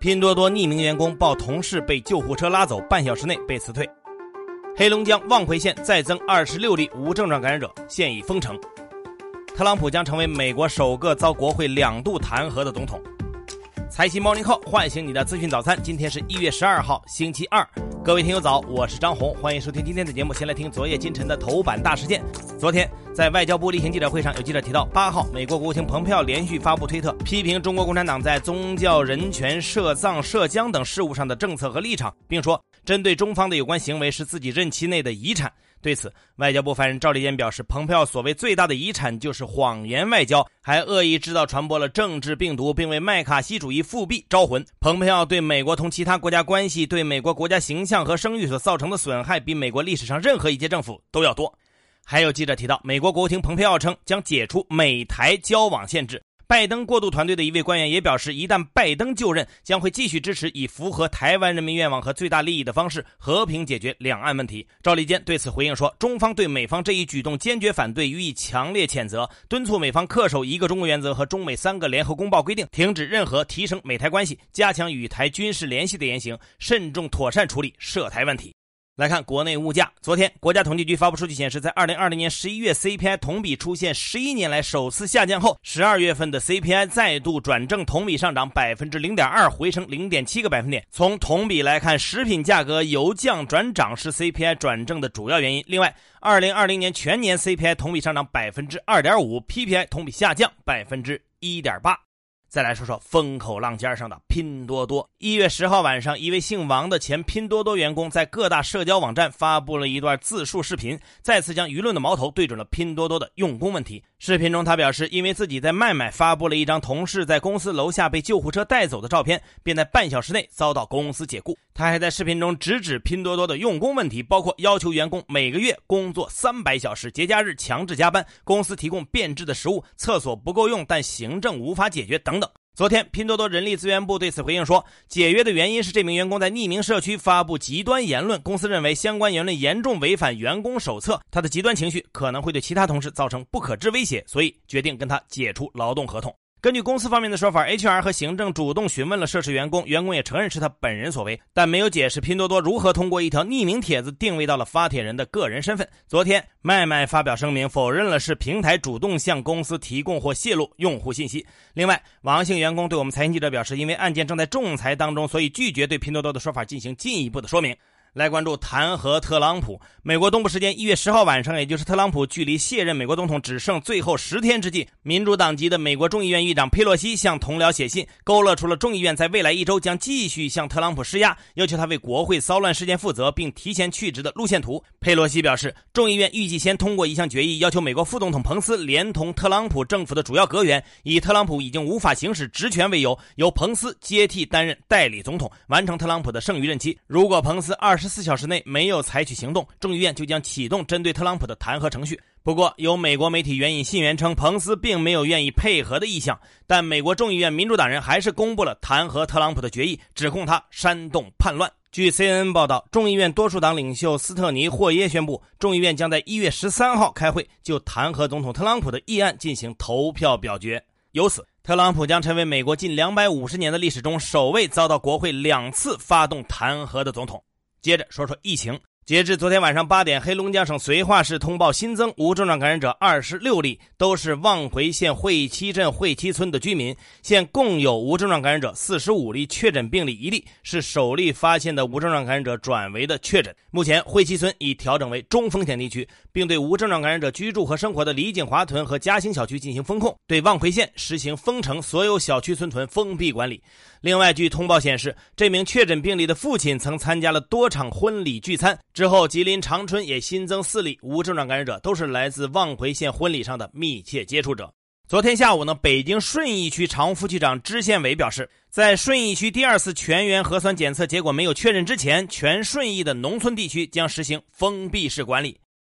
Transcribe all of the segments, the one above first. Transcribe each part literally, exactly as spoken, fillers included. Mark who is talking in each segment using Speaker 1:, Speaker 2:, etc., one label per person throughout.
Speaker 1: 拼多多匿名员工报同事被救护车拉走，半小时内被辞退。黑龙江望奎县再增二十六例无症状感染者，现已封城。特朗普将成为美国首个遭国会两度弹劾的总统。财新 Morning Call 唤醒你的资讯早餐，今天是一月十二号星期二，各位听友早，我是张红，欢迎收听今天的节目。先来听昨夜今晨的头版大事件。昨天在外交部例行记者会上，有记者提到，八号美国国务卿蓬佩奥连续发布推特，批评中国共产党在宗教、人权、涉藏、涉疆等事务上的政策和立场，并说针对中方的有关行为是自己任期内的遗产。对此，外交部发言人赵立坚表示，蓬佩奥所谓最大的遗产就是谎言外交，还恶意制造传播了政治病毒，并为麦卡锡主义复辟招魂。蓬佩奥对美国同其他国家关系、对美国国家形象和声誉所造成的损害，比美国历史上任何一届政府都要多。还有记者提到，美国国务卿蓬佩奥称将解除美台交往限制。拜登过渡团队的一位官员也表示，一旦拜登就任，将会继续支持以符合台湾人民愿望和最大利益的方式和平解决两岸问题。赵立坚对此回应说，中方对美方这一举动坚决反对，予以强烈谴责，敦促美方恪守一个中国原则和中美三个联合公报规定，停止任何提升美台关系、加强与台军事联系的言行，慎重妥善处理涉台问题。来看国内物价，昨天国家统计局发布数据显示，在二零二零年十一月 C P I 同比出现十一年来首次下降后，十二月份的 C P I 再度转正，同比上涨 百分之零点二， 回升 零点七个百分点。从同比来看，食品价格由降转涨是 C P I 转正的主要原因。另外，二零二零年全年 C P I 同比上涨 百分之二点五， P P I 同比下降 百分之一点八。再来说说风口浪尖上的拼多多。一月十号晚上，一位姓王的前拼多多员工在各大社交网站发布了一段自述视频，再次将舆论的矛头对准了拼多多的用工问题。视频中他表示，因为自己在麦麦发布了一张同事在公司楼下被救护车带走的照片，便在半小时内遭到公司解雇。他还在视频中直指拼多多的用工问题，包括要求员工每个月工作三百小时，节假日强制加班，公司提供变质的食物，厕所不够用但行政无法解决等等。昨天，拼多多人力资源部对此回应说，解约的原因是这名员工在匿名社区发布极端言论，公司认为相关言论严重违反员工手册，他的极端情绪可能会对其他同事造成不可知威胁，所以决定跟他解除劳动合同。根据公司方面的说法， H R 和行政主动询问了涉事员工，员工也承认是他本人所为，但没有解释拼多多如何通过一条匿名帖子定位到了发帖人的个人身份。昨天，麦麦发表声明否认了是平台主动向公司提供或泄露用户信息。另外，王姓员工对我们财经记者表示，因为案件正在仲裁当中，所以拒绝对拼多多的说法进行进一步的说明。来关注弹劾特朗普。美国东部时间一月十号晚上，也就是特朗普距离卸任美国总统只剩最后十天之际，民主党籍的美国众议院议长佩洛西向同僚写信，勾勒出了众议院在未来一周将继续向特朗普施压，要求他为国会骚乱事件负责并提前去职的路线图。佩洛西表示，众议院预计先通过一项决议，要求美国副总统彭斯连同特朗普政府的主要阁员，以特朗普已经无法行使职权为由，由彭斯接替担任代理总统，完成特朗普的剩余任期。如果彭斯二十四小时内没有采取行动，众议院就将启动针对特朗普的弹劾程序。不过，有美国媒体援引信源称，彭斯并没有愿意配合的意向，但美国众议院民主党人还是公布了弹劾特朗普的决议，指控他煽动叛乱。据 C N N 报道，众议院多数党领袖斯特尼霍耶宣布，众议院将在一月十三号开会，就弹劾总统特朗普的议案进行投票表决。由此，特朗普将成为美国近两百五十年的历史中首位遭到国会两次发动弹劾的总统。接着说说疫情。截至昨天晚上八点，黑龙江省绥化市通报新增无症状感染者二十六例，都是望回县会七镇会七村的居民。现共有无症状感染者四十五例，确诊病例一例，是首例发现的无症状感染者转为的确诊。目前会七村已调整为中风险地区，并对无症状感染者居住和生活的李景华屯和嘉兴小区进行封控，对望回县实行封城，所有小区村屯封闭管理。另外，据通报显示，这名确诊病例的父亲曾参加了多场婚礼聚餐，之后吉林长春也新增四例无症状感染者，都是来自望回县婚礼上的密切接触者。昨天下午呢，北京顺义区常务副区长支宪伟表示，在顺义区第二次全员核酸检测结果没有确认之前，全顺义的农村地区将实行封闭式管理。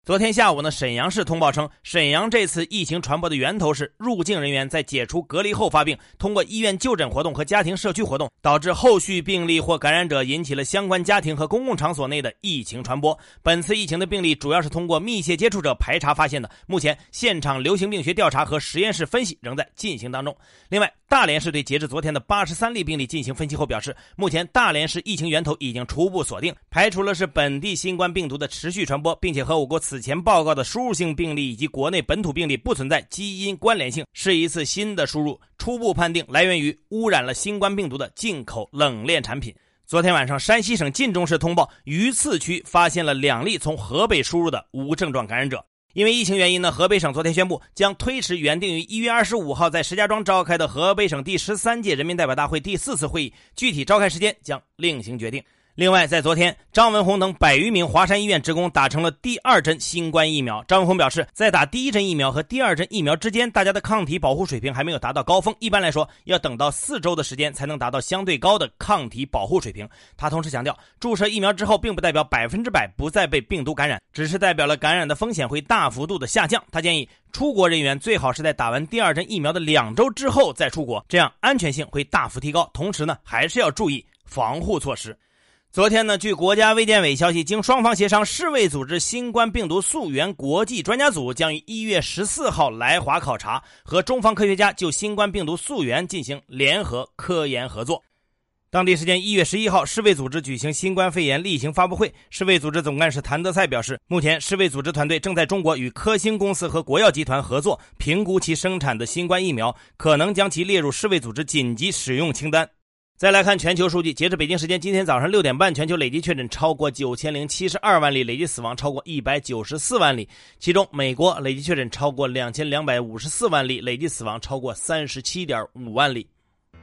Speaker 1: 昨天下午呢，沈阳市通报称，沈阳这次疫情传播的源头是入境人员在解除隔离后发病，通过医院就诊活动和家庭社区活动，导致后续病例或感染者引起了相关家庭和公共场所内的疫情传播。本次疫情的病例主要是通过密切接触者排查发现的，目前现场流行病学调查和实验室分析仍在进行当中。另外，大连市对截至昨天的八十三例病例进行分析后表示，目前大连市疫情源头已经初步锁定，排除了是本地新冠病毒的持续传播，并且和我国此前报告的输入性病例以及国内本土病例不存在基因关联性，是一次新的输入，初步判定来源于污染了新冠病毒的进口冷链产品。昨天晚上，山西省晋中市通报榆次区发现了两例从河北输入的无症状感染者。因为疫情原因呢，河北省昨天宣布将推迟原定于一月二十五号在石家庄召开的河北省第十三届人民代表大会第四次会议，具体召开时间将另行决定。另外，在昨天，张文宏等百余名华山医院职工打成了第二针新冠疫苗。张文宏表示，在打第一针疫苗和第二针疫苗之间，大家的抗体保护水平还没有达到高峰，一般来说要等到四周的时间才能达到相对高的抗体保护水平。他同时强调，注射疫苗之后并不代表百分之百不再被病毒感染，只是代表了感染的风险会大幅度的下降。他建议出国人员最好是在打完第二针疫苗的两周之后再出国，这样安全性会大幅提高，同时呢，还是要注意防护措施。昨天呢，据国家卫健委消息，经双方协商，世卫组织新冠病毒溯源国际专家组将于一月十四号来华考察，和中方科学家就新冠病毒溯源进行联合科研合作。当地时间一月十一号，世卫组织举行新冠肺炎例行发布会，世卫组织总干事谭德赛表示，目前世卫组织团队正在中国与科兴公司和国药集团合作，评估其生产的新冠疫苗，可能将其列入世卫组织紧急使用清单。再来看全球数据，截至北京时间今天早上六点半，全球累计确诊超过九千零七十二万例，累计死亡超过一百九十四万例。其中，美国累计确诊超过两千两百五十四万例，累计死亡超过三十七点五万例。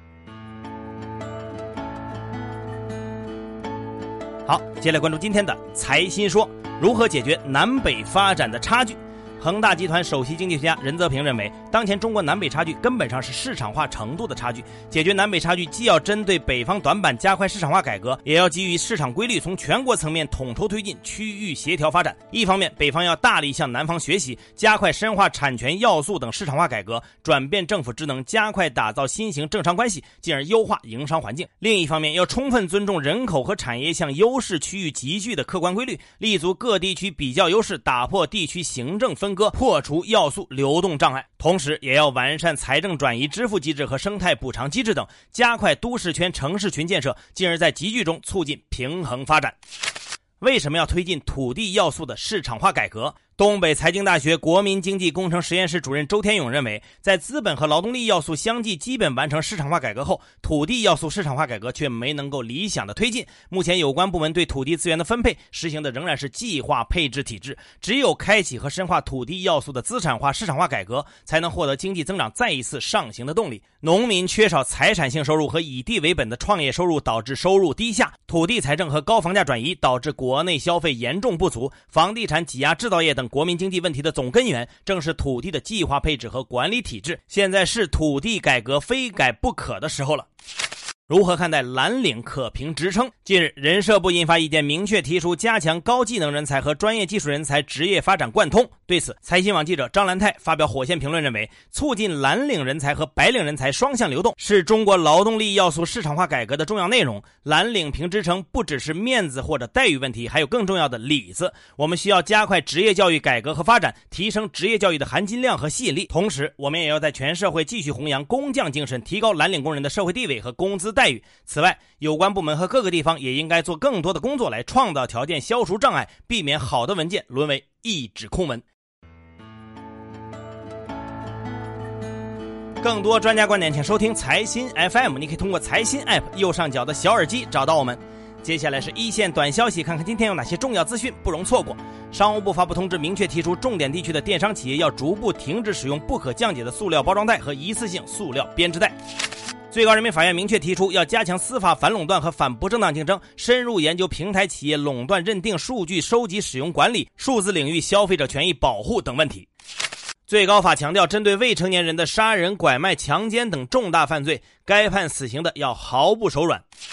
Speaker 1: 好，接下来关注今天的财新说，如何解决南北发展的差距。恒大集团首席经济学家任泽平认为，当前中国南北差距根本上是市场化程度的差距。解决南北差距，既要针对北方短板加快市场化改革，也要基于市场规律，从全国层面统筹推进区域协调发展。一方面，北方要大力向南方学习，加快深化产权要素等市场化改革，转变政府职能，加快打造新型政商关系，进而优化营商环境。另一方面，要充分尊重人口和产业向优势区域集聚的客观规律，立足各地区比较优势，打破地区行政分割，破除要素流动障碍。同时也要完善财政转移支付机制和生态补偿机制等，加快都市圈城市群建设，进而在集聚中促进平衡发展。为什么要推进土地要素的市场化改革？东北财经大学国民经济工程实验室主任周天勇认为，在资本和劳动力要素相继基本完成市场化改革后，土地要素市场化改革却没能够理想的推进。目前有关部门对土地资源的分配实行的仍然是计划配置体制，只有开启和深化土地要素的资产化市场化改革，才能获得经济增长再一次上行的动力。农民缺少财产性收入和以地为本的创业收入，导致收入低下，土地财政和高房价转移导致国内消费严重不足，房地产挤压制造业等国民经济问题的总根源正是土地的计划配置和管理体制。现在是土地改革非改不可的时候了。如何看待蓝领可评职称？近日，人社部印发意见，明确提出加强高技能人才和专业技术人才职业发展贯通。对此，财新网记者张兰泰发表火线评论，认为促进蓝领人才和白领人才双向流动是中国劳动力要素市场化改革的重要内容。蓝领评职称不只是面子或者待遇问题，还有更重要的里子。我们需要加快职业教育改革和发展，提升职业教育的含金量和吸引力。同时，我们也要在全社会继续弘扬工匠精神，提高蓝领工人的社会地位和工资待遇。此外，有关部门和各个地方也应该做更多的工作来创造条件，消除障碍，避免好的文件沦为一纸空文。更多专家观点请收听财新 F M， 你可以通过财新 App 右上角的小耳机找到我们。接下来是一线短消息，看看今天有哪些重要资讯不容错过。商务部发布通知，明确提出重点地区的电商企业要逐步停止使用不可降解的塑料包装袋和一次性塑料编织袋。最高人民法院明确提出，要加强司法反垄断和反不正当竞争，深入研究平台企业垄断认定、数据收集使用管理、数字领域消费者权益保护等问题。最高法强调，针对未成年人的杀人、拐卖、强奸等重大犯罪，该判死刑的要毫不手软。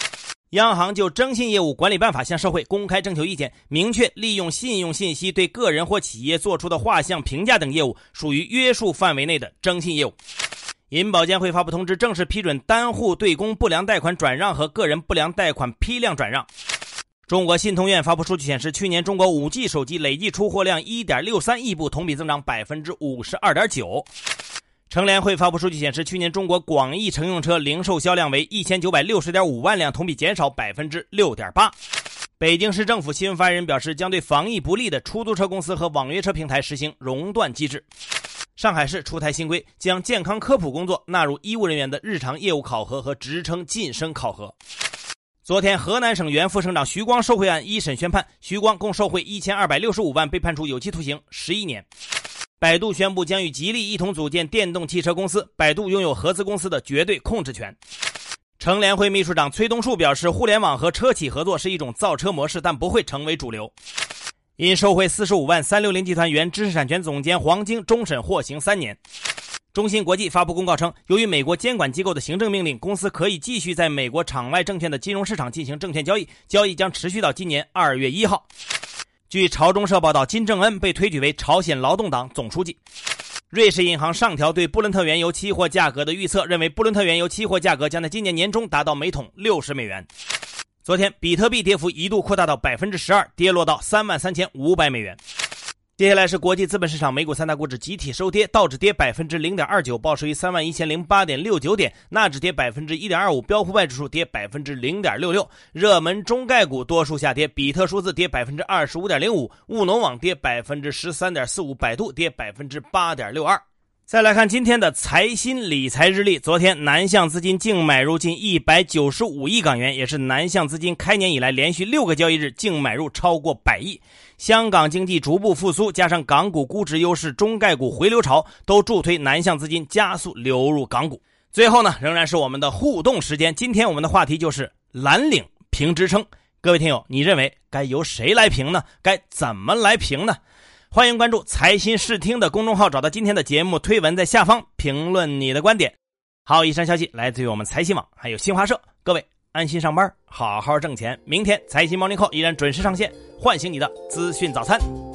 Speaker 1: 央行就征信业务管理办法向社会公开征求意见，明确利用信用信息对个人或企业做出的画像评价等业务属于约束范围内的征信业务。银保监会发布通知，正式批准单户对公不良贷款转让和个人不良贷款批量转让。中国信通院发布数据显示，去年中国 五 G 手机累计出货量 一点六三亿部，同比增长 百分之五十二点九。乘联会发布数据显示，去年中国广义乘用车零售销量为 一千九百六十点五万辆，同比减少 百分之六点八。北京市政府新闻发言人表示，将对防疫不利的出租车公司和网约车平台实行熔断机制。上海市出台新规，将健康科普工作纳入医务人员的日常业务考核和职称晋升考核。昨天，河南省原副省长徐光受贿案一审宣判，徐光共受贿一千二百六十五万，被判处有期徒刑十一年。百度宣布将与吉利一同组建电动汽车公司，百度拥有合资公司的绝对控制权。乘联会秘书长崔东树表示，互联网和车企合作是一种造车模式，但不会成为主流。因受贿四十五万，三六零集团原知识产权总监黄晶终审获刑三年。中信国际发布公告称，由于美国监管机构的行政命令，公司可以继续在美国场外证券的金融市场进行证券交易，交易将持续到今年二月一号。据朝中社报道，金正恩被推举为朝鲜劳动党总书记。瑞士银行上调对布伦特原油期货价格的预测，认为布伦特原油期货价格将在今年年中达到每桶六十美元。昨天，比特币跌幅一度扩大到 百分之十二， 跌落到 三万三千五百美元。接下来是国际资本市场，美股三大股指集体收跌，道指跌 百分之零点二九， 报收于 三万一千零八点六九 点，纳指跌 百分之一点二五， 标普百指数跌 百分之零点六六。 热门中概股多数下跌，比特数字跌 百分之二十五点零五， 务农网跌 百分之十三点四五， 百度跌 百分之八点六二。再来看今天的财新理财日历，昨天南向资金净买入近一百九十五亿港元，也是南向资金开年以来连续六个交易日净买入超过百亿。香港经济逐步复苏，加上港股估值优势，中概股回流潮都助推南向资金加速流入港股。最后呢，仍然是我们的互动时间，今天我们的话题就是蓝领评职称。各位听友，你认为该由谁来评呢？该怎么来评呢？欢迎关注财新视听的公众号，找到今天的节目推文，在下方评论你的观点。好，以上消息来自于我们财新网还有新华社，各位安心上班，好好挣钱。明天财新 Morning Call 依然准时上线，唤醒你的资讯早餐。